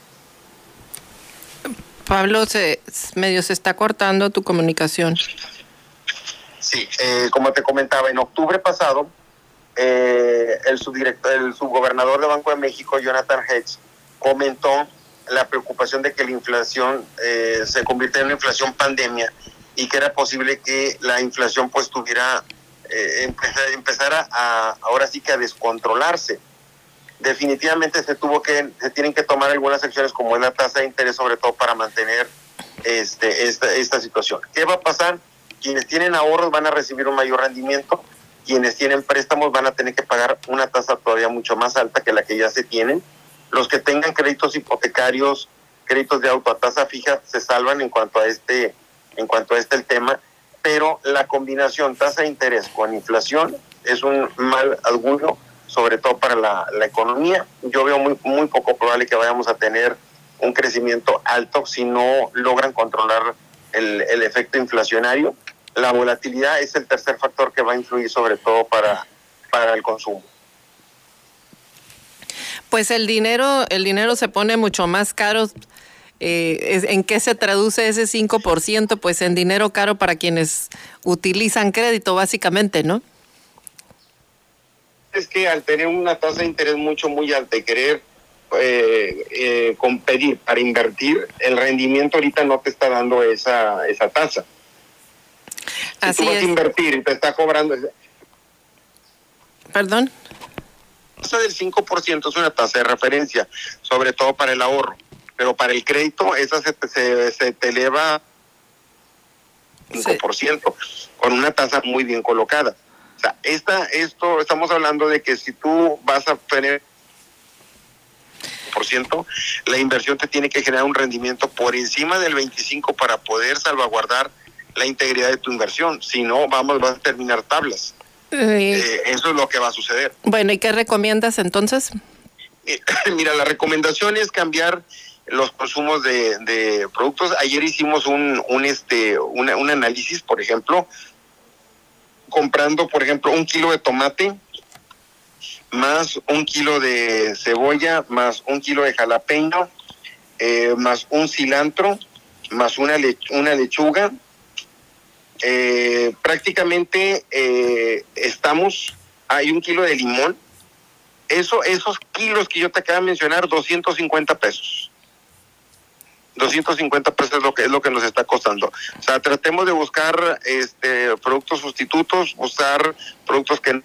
Pablo, medio se está cortando tu comunicación. Sí, como te comentaba, en octubre pasado, el subgobernador de Banco de México, Jonathan Hecht, comentó la preocupación de que la inflación se convirtiera en una inflación pandemia, y que era posible que la inflación pues empezara ahora sí que a descontrolarse. Definitivamente se tienen que tomar algunas acciones, como es la tasa de interés, sobre todo para mantener esta situación. ¿Qué va a pasar? Quienes tienen ahorros van a recibir un mayor rendimiento, quienes tienen préstamos van a tener que pagar una tasa todavía mucho más alta que la que ya se tienen. Los que tengan créditos hipotecarios, créditos de auto a tasa fija, se salvan en cuanto a el tema, pero la combinación tasa de interés con inflación es un mal augurio, sobre todo para la economía. Yo veo muy poco probable que vayamos a tener un crecimiento alto si no logran controlar el efecto inflacionario. La volatilidad es el tercer factor que va a influir sobre todo para el consumo. Pues el dinero se pone mucho más caro. ¿En qué se traduce ese 5%? Pues en dinero caro para quienes utilizan crédito, básicamente, ¿no? Es que al tener una tasa de interés muy alta y querer competir para invertir, el rendimiento ahorita no te está dando esa tasa. Si Así tú vas es. a invertir y te está cobrando... ¿Perdón? La tasa del 5% es una tasa de referencia, sobre todo para el ahorro, pero para el crédito esa se te eleva 5%, con una tasa muy bien colocada. O sea, esto estamos hablando de que si tú vas a tener la inversión te tiene que generar un rendimiento por encima del 25% para poder salvaguardar la integridad de tu inversión. Si no, vas a terminar tablas. Eso es lo que va a suceder. Bueno, ¿y qué recomiendas entonces? Mira, la recomendación es cambiar los consumos de productos. Ayer hicimos un análisis, por ejemplo, comprando, por ejemplo, 1 kilo de tomate, más 1 kilo de cebolla, más 1 kilo de jalapeño, más un cilantro, más una lechuga. Prácticamente hay 1 kilo de limón. Esos kilos que yo te acabo de mencionar, 250 pesos. 250 pesos es lo que nos está costando. O sea, tratemos de buscar productos sustitutos, buscar productos que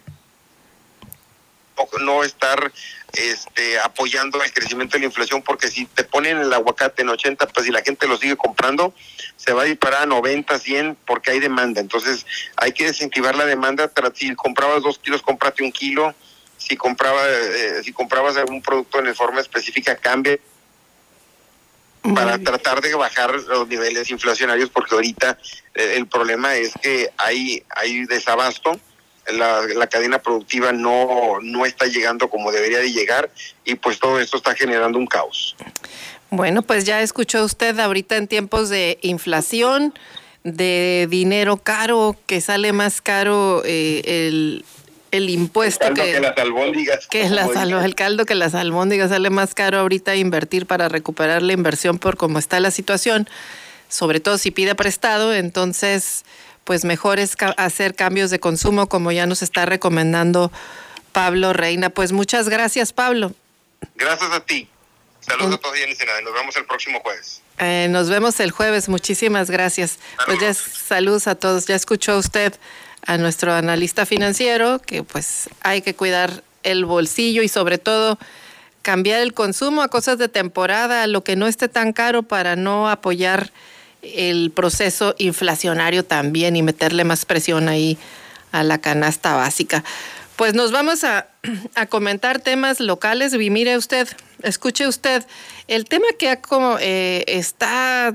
no estar apoyando el crecimiento de la inflación, porque si te ponen el aguacate en 80 pesos y la gente lo sigue comprando, se va a disparar a 90, 100 porque hay demanda. Entonces hay que desincentivar la demanda. Si comprabas 2 kilos, cómprate 1 kilo. Si comprabas algún producto en forma específica, cambie para tratar de bajar los niveles inflacionarios, porque ahorita el problema es que hay desabasto. La cadena productiva no está llegando como debería de llegar, y pues todo esto está generando un caos. Bueno, pues ya escuchó usted, ahorita en tiempos de inflación, de dinero caro, que sale más caro el impuesto el caldo que las albóndigas. El caldo que las albóndigas, sale más caro ahorita invertir para recuperar la inversión por cómo está la situación, sobre todo si pide prestado. Entonces pues mejor es hacer cambios de consumo, como ya nos está recomendando Pablo Reina. Pues muchas gracias, Pablo. Gracias a ti. Saludos a todos y en Ensenada. Nos vemos el próximo jueves. Nos vemos el jueves. Muchísimas gracias. Saludos. Pues saludos a todos. Ya escuchó usted a nuestro analista financiero que pues hay que cuidar el bolsillo y sobre todo cambiar el consumo a cosas de temporada, a lo que no esté tan caro, para no apoyar el proceso inflacionario también y meterle más presión ahí a la canasta básica. Pues nos vamos a comentar temas locales. Y mire usted, escuche usted, el tema que está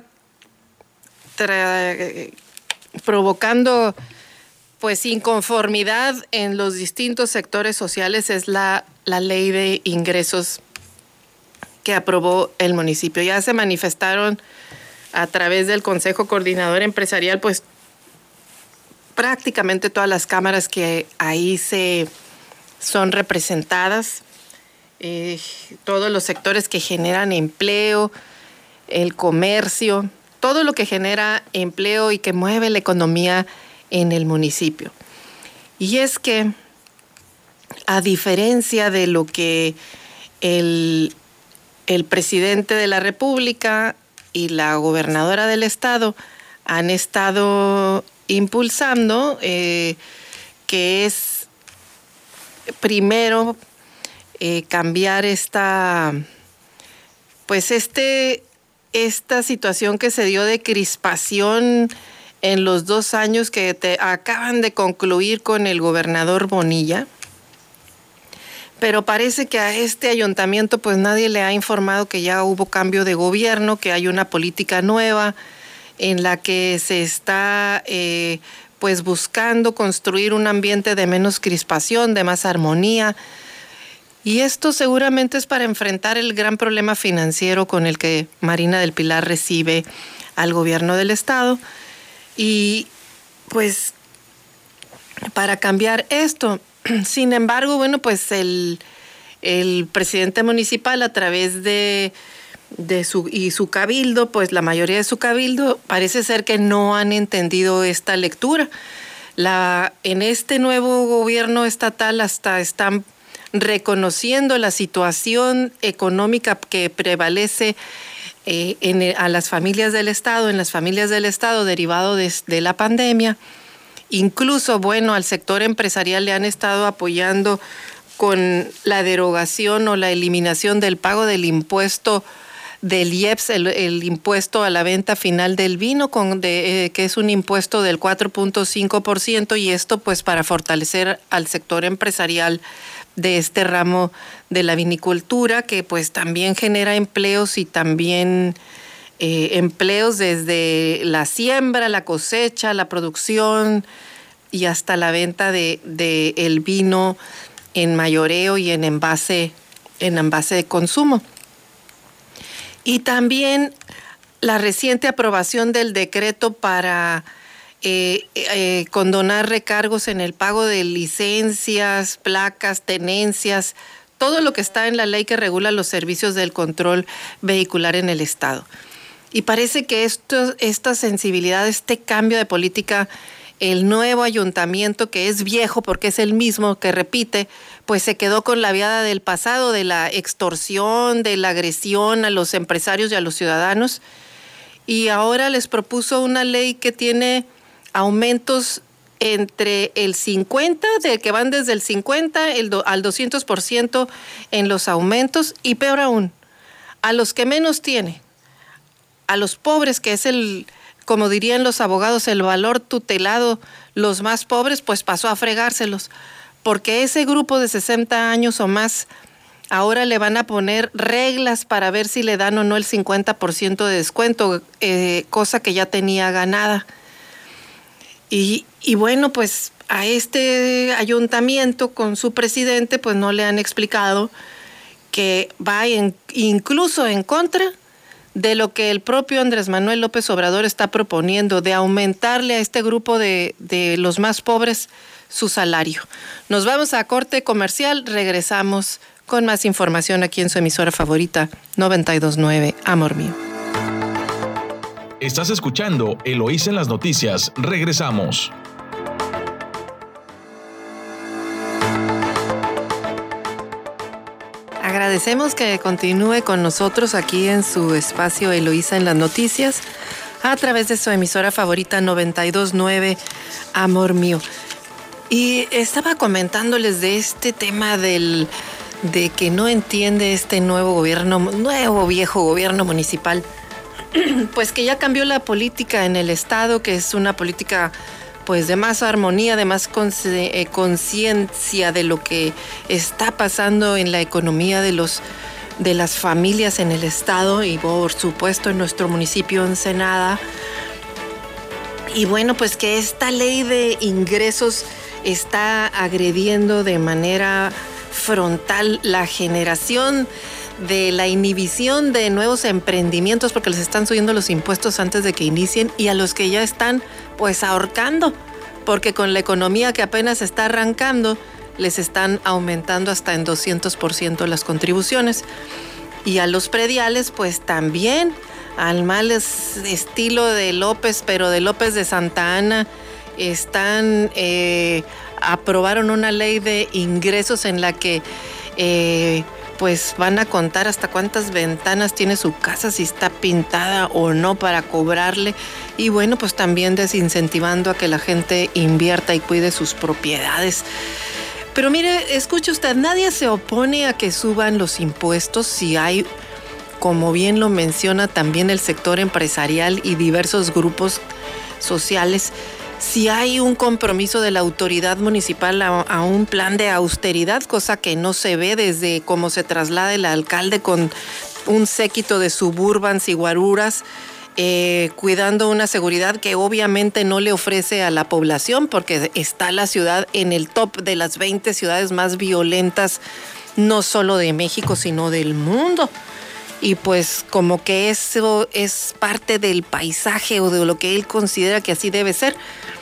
provocando pues inconformidad en los distintos sectores sociales es la ley de ingresos que aprobó el municipio. Ya se manifestaron a través del Consejo Coordinador Empresarial, pues prácticamente todas las cámaras que ahí son representadas, todos los sectores que generan empleo, el comercio, todo lo que genera empleo y que mueve la economía en el municipio. Y es que, a diferencia de lo que el presidente de la República y la gobernadora del estado han estado impulsando, que es primero cambiar esta situación que se dio de crispación en los 2 años que acaban de concluir con el gobernador Bonilla. Pero parece que a este ayuntamiento pues nadie le ha informado que ya hubo cambio de gobierno, que hay una política nueva en la que se está pues buscando construir un ambiente de menos crispación, de más armonía. Y esto seguramente es para enfrentar el gran problema financiero con el que Marina del Pilar recibe al gobierno del estado. Y pues para cambiar esto, sin embargo, bueno, pues el el presidente municipal, a través de su cabildo, pues la mayoría de su cabildo, parece ser que no han entendido esta lectura. En este nuevo gobierno estatal hasta están reconociendo la situación económica que prevalece a las familias del Estado, en las familias del Estado derivado de la pandemia. Incluso, bueno, al sector empresarial le han estado apoyando con la derogación o la eliminación del pago del impuesto del IEPS, el impuesto a la venta final del vino, que es un impuesto del 4.5%, y esto pues para fortalecer al sector empresarial de este ramo de la vinicultura, que pues también genera empleos y también empleos desde la siembra, la cosecha, la producción y hasta la venta de el vino en mayoreo y en envase de consumo. Y también la reciente aprobación del decreto para condonar recargos en el pago de licencias, placas, tenencias, todo lo que está en la ley que regula los servicios del control vehicular en el Estado. Y parece que esta sensibilidad, este cambio de política, el nuevo ayuntamiento, que es viejo porque es el mismo que repite, pues se quedó con la viada del pasado, de la extorsión, de la agresión a los empresarios y a los ciudadanos. Y ahora les propuso una ley que tiene aumentos entre el 50, de que van desde el 50 al 200% en los aumentos, y peor aún, a los que menos tiene, a los pobres, que es como dirían los abogados, el valor tutelado, los más pobres, pues pasó a fregárselos, porque ese grupo de 60 años o más, ahora le van a poner reglas para ver si le dan o no el 50% de descuento, cosa que ya tenía ganada. Y bueno, pues a este ayuntamiento con su presidente, pues no le han explicado que va incluso en contra de lo que el propio Andrés Manuel López Obrador está proponiendo, de aumentarle a este grupo de los más pobres su salario. Nos vamos a corte comercial, regresamos con más información aquí en su emisora favorita, 92.9, Amor Mío. Estás escuchando Eloísa en las noticias. Regresamos. Agradecemos que continúe con nosotros aquí en su espacio Eloísa en las noticias a través de su emisora favorita 92.9 Amor Mío. Y estaba comentándoles de este tema de que no entiende este viejo gobierno municipal, pues que ya cambió la política en el Estado, que es una política pues de más armonía, de más conciencia de lo que está pasando en la economía de las familias en el Estado y por supuesto en nuestro municipio Ensenada. Y bueno, pues que esta ley de ingresos está agrediendo de manera frontal la generación de la inhibición de nuevos emprendimientos, porque les están subiendo los impuestos antes de que inicien, y a los que ya están pues ahorcando, porque con la economía que apenas está arrancando les están aumentando hasta en 200% las contribuciones. Y a los prediales pues también, al mal estilo de López, pero de López de Santa Anna, aprobaron una ley de ingresos en la que pues van a contar hasta cuántas ventanas tiene su casa, si está pintada o no, para cobrarle. Y bueno, pues también desincentivando a que la gente invierta y cuide sus propiedades. Pero mire, escuche usted, nadie se opone a que suban los impuestos si hay, como bien lo menciona también el sector empresarial y diversos grupos sociales, si hay un compromiso de la autoridad municipal a un plan de austeridad, cosa que no se ve desde cómo se traslada el alcalde con un séquito de suburbans y guaruras, cuidando una seguridad que obviamente no le ofrece a la población, porque está la ciudad en el top de las 20 ciudades más violentas, no solo de México, sino del mundo. Y pues como que eso es parte del paisaje o de lo que él considera que así debe ser,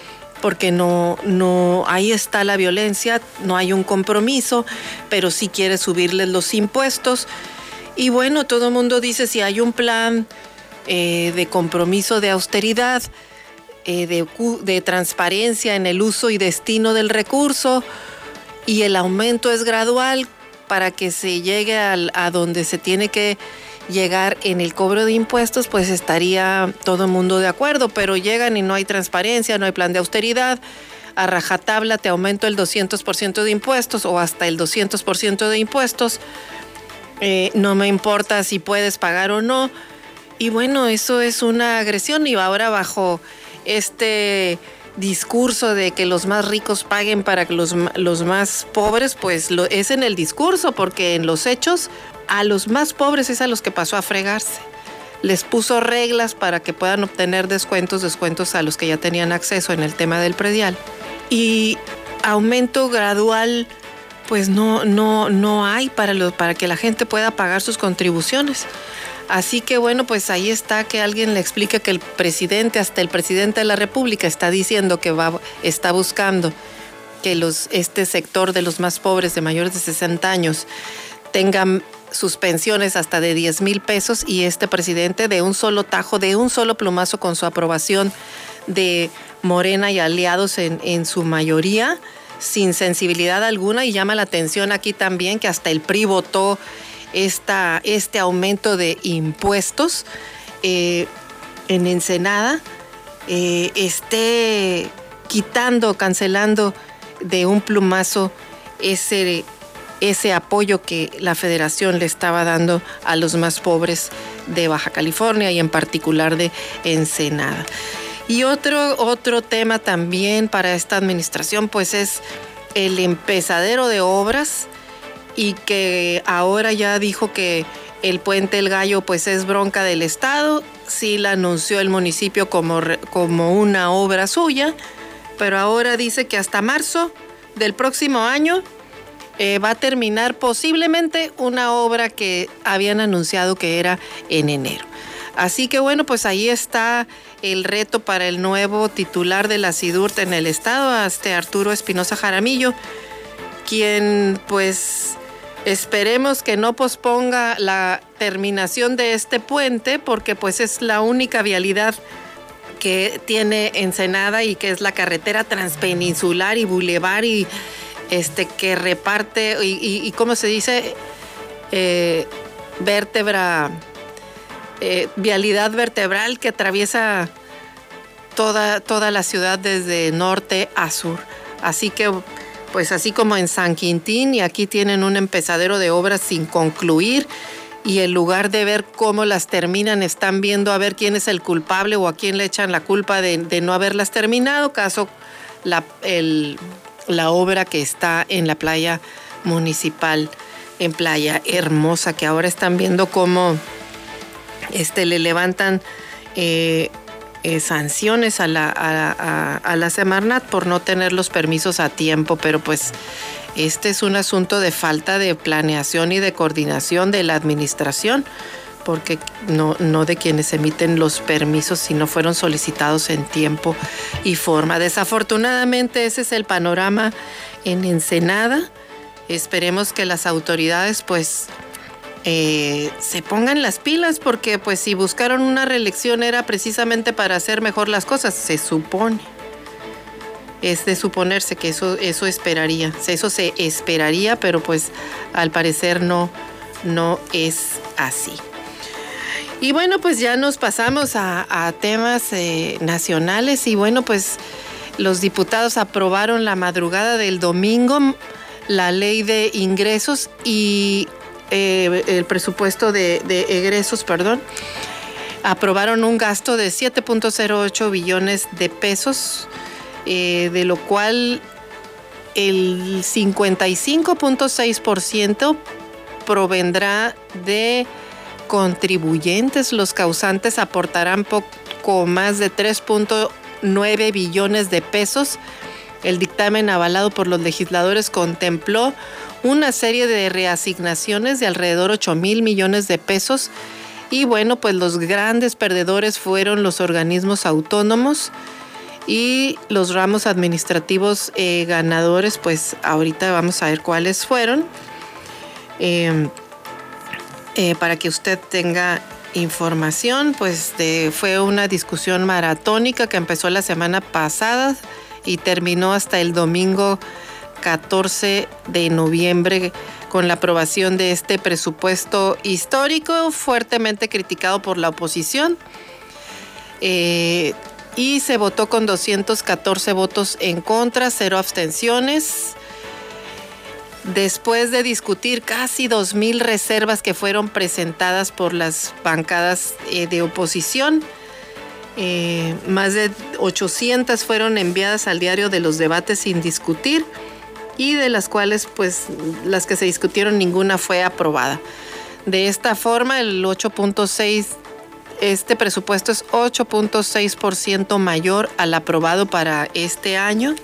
porque no, ahí está la violencia, no hay un compromiso, pero sí quiere subirles los impuestos. Y bueno, todo el mundo dice si hay un plan de compromiso de austeridad, de transparencia en el uso y destino del recurso, y el aumento es gradual para que se llegue a donde se tiene que llegar en el cobro de impuestos, pues estaría todo el mundo de acuerdo, pero llegan y no hay transparencia, no hay plan de austeridad, a rajatabla te aumento el 200% de impuestos o hasta el 200% de impuestos, no me importa si puedes pagar o no, y bueno, eso es una agresión. Y ahora bajo este discurso de que los más ricos paguen para que los más pobres, pues es en el discurso, porque en los hechos a los más pobres es a los que pasó a fregarse. Les puso reglas para que puedan obtener descuentos a los que ya tenían acceso en el tema del predial. Y aumento gradual, pues no hay para que la gente pueda pagar sus contribuciones. Así que bueno, pues ahí está, que alguien le explique que hasta el presidente de la República está diciendo que está buscando que este sector de los más pobres de mayores de 60 años tengan sus pensiones hasta de 10,000 pesos, y este presidente de un solo tajo, de un solo plumazo, con su aprobación de Morena y aliados en su mayoría, sin sensibilidad alguna. Y llama la atención aquí también que hasta el PRI votó este aumento de impuestos en Ensenada, esté cancelando de un plumazo ese apoyo que la Federación le estaba dando a los más pobres de Baja California y en particular de Ensenada. Y otro tema también para esta administración, pues es el empezadero de obras, y que ahora ya dijo que el Puente El Gallo pues es bronca del Estado. Sí la anunció el municipio como una obra suya, pero ahora dice que hasta marzo del próximo año va a terminar posiblemente una obra que habían anunciado que era en enero. Así que bueno, pues ahí está el reto para el nuevo titular de la SIDURT en el estado, Arturo Espinosa Jaramillo, quien pues esperemos que no posponga la terminación de este puente, porque pues es la única vialidad que tiene Ensenada y que es la carretera transpeninsular y bulevar y que reparte y ¿cómo se dice? Vialidad vertebral que atraviesa toda la ciudad desde norte a sur. Así que pues así como en San Quintín, y aquí tienen un empezadero de obras sin concluir, y en lugar de ver cómo las terminan, están viendo a ver quién es el culpable o a quién le echan la culpa de no haberlas terminado, caso la obra que está en la playa municipal, en Playa Hermosa, que ahora están viendo cómo le levantan sanciones a la Semarnat por no tener los permisos a tiempo, pero pues este es un asunto de falta de planeación y de coordinación de la administración, porque no de quienes emiten los permisos si no fueron solicitados en tiempo y forma. Desafortunadamente ese es el panorama en Ensenada. Esperemos que las autoridades pues se pongan las pilas, porque pues si buscaron una reelección era precisamente para hacer mejor las cosas, se supone. Es de suponerse que eso se esperaría, pero pues al parecer no es así. Y bueno, pues ya nos pasamos a temas nacionales, y bueno, pues los diputados aprobaron la madrugada del domingo la ley de ingresos y el presupuesto de egresos, aprobaron un gasto de 7.08 billones de pesos, de lo cual el 55.6% provendrá de contribuyentes. Los causantes aportarán poco más de 3.9 billones de pesos. El dictamen avalado por los legisladores contempló una serie de reasignaciones de alrededor 8,000 millones de pesos. Y bueno, pues los grandes perdedores fueron los organismos autónomos, Y los ramos administrativos ganadores, pues ahorita vamos a ver cuáles fueron, para que usted tenga información. Pues fue una discusión maratónica que empezó la semana pasada y terminó hasta el domingo 14 de noviembre con la aprobación de este presupuesto histórico, fuertemente criticado por la oposición. Y se votó con 214 votos en contra, 0 abstenciones. Después de discutir casi 2,000 reservas que fueron presentadas por las bancadas de oposición, más de 800 fueron enviadas al diario de los debates sin discutir, y de las cuales, pues, las que se discutieron, ninguna fue aprobada. De esta forma, este presupuesto es 8.6% mayor al aprobado para este año.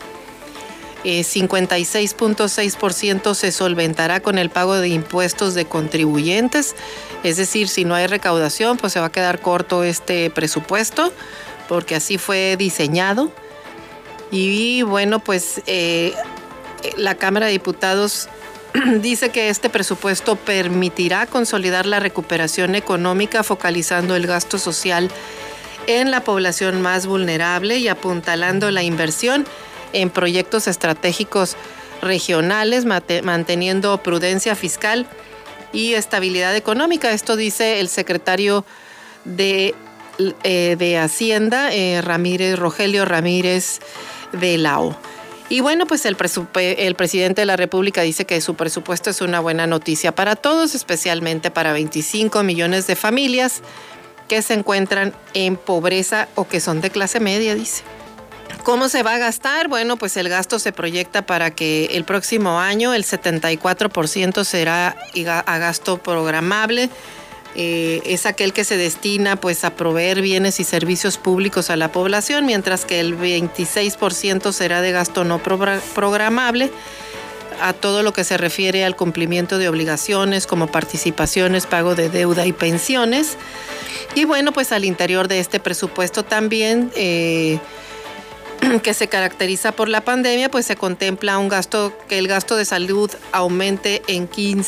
56.6% se solventará con el pago de impuestos de contribuyentes. Es decir, si no hay recaudación, pues se va a quedar corto este presupuesto, porque así fue diseñado. Y bueno, pues la Cámara de Diputados dice que este presupuesto permitirá consolidar la recuperación económica, focalizando el gasto social en la población más vulnerable y apuntalando la inversión en proyectos estratégicos regionales, manteniendo prudencia fiscal y estabilidad económica. Esto dice el secretario de Hacienda, Rogelio Ramírez de Lao. Y bueno, pues el presidente de la República dice que su presupuesto es una buena noticia para todos, especialmente para 25 millones de familias que se encuentran en pobreza o que son de clase media, dice. ¿Cómo se va a gastar? Bueno, pues el gasto se proyecta para que el próximo año el 74% será a gasto programable. Es aquel que se destina, pues, a proveer bienes y servicios públicos a la población, mientras que el 26% será de gasto no programable, a todo lo que se refiere al cumplimiento de obligaciones como participaciones, pago de deuda y pensiones. Y bueno, pues al interior de este presupuesto también, que se caracteriza por la pandemia, pues se contempla que el gasto de salud aumente en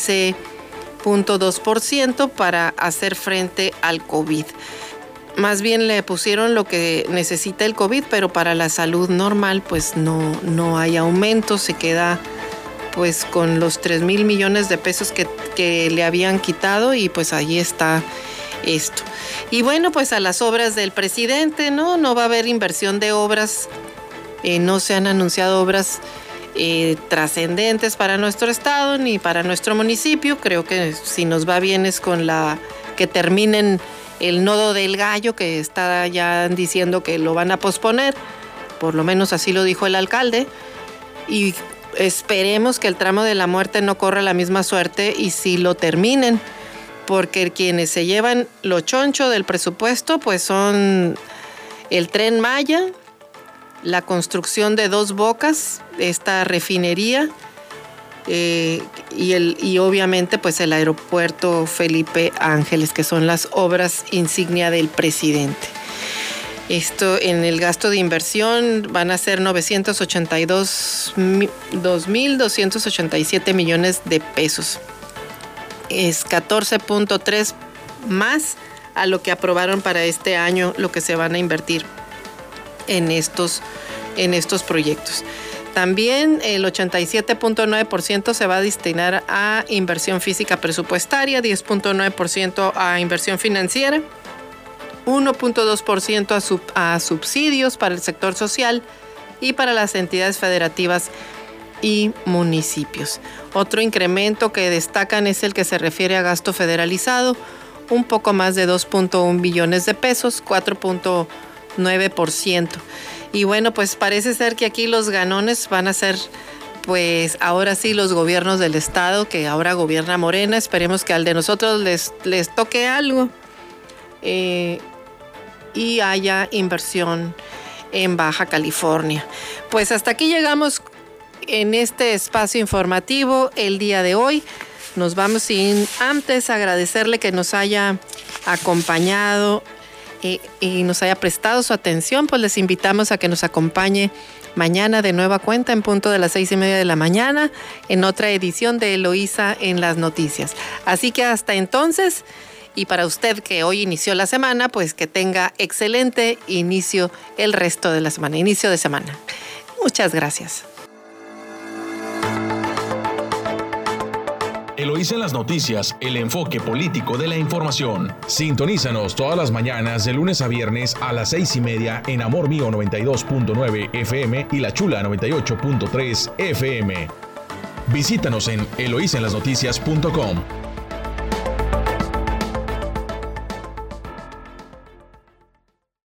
15.2% para hacer frente al COVID. Más bien le pusieron lo que necesita el COVID, pero para la salud normal pues no hay aumento, se queda pues con los 3,000 millones de pesos que le habían quitado, y pues ahí está esto. Y bueno, pues a las obras del presidente, no va a haber inversión de obras, no se han anunciado obras trascendentes para nuestro estado ni para nuestro municipio. Creo que si nos va bien es con que terminen el nodo del Gallo, que está ya diciendo que lo van a posponer, por lo menos así lo dijo el alcalde, y esperemos que el tramo de la Muerte no corra la misma suerte y sí lo terminen, porque quienes se llevan lo choncho del presupuesto pues son el Tren Maya, la construcción de Dos Bocas, esta refinería, y obviamente pues el aeropuerto Felipe Ángeles, que son las obras insignia del presidente. Esto, en el gasto de inversión van a ser 2.287 millones de pesos. Es 14.3 más a lo que aprobaron para este año, lo que se van a invertir en estos proyectos. También el 87.9% se va a destinar a inversión física presupuestaria, 10.9% a inversión financiera, 1.2% a subsidios para el sector social y para las entidades federativas y municipios. Otro incremento que destacan es el que se refiere a gasto federalizado, un poco más de 2.1 billones de pesos, 4.9%. Y bueno, pues parece ser que aquí los ganones van a ser, pues ahora sí, los gobiernos del estado, que ahora gobierna Morena. Esperemos que al de nosotros les toque algo y haya inversión en Baja California. Pues hasta aquí llegamos en este espacio informativo el día de hoy. Nos vamos sin antes agradecerle que nos haya acompañado y nos haya prestado su atención, pues les invitamos a que nos acompañe mañana de nueva cuenta en punto de las 6:30 de la mañana en otra edición de Eloísa en las noticias. Así que hasta entonces, y para usted que hoy inició la semana, pues que tenga excelente inicio el resto de la semana, inicio de semana. Muchas gracias. Eloísa en las noticias, el enfoque político de la información. Sintonízanos todas las mañanas de lunes a viernes a las 6:30 en Amor Mío 92.9 FM y La Chula 98.3 FM. Visítanos en eloisaenlasnoticias.com.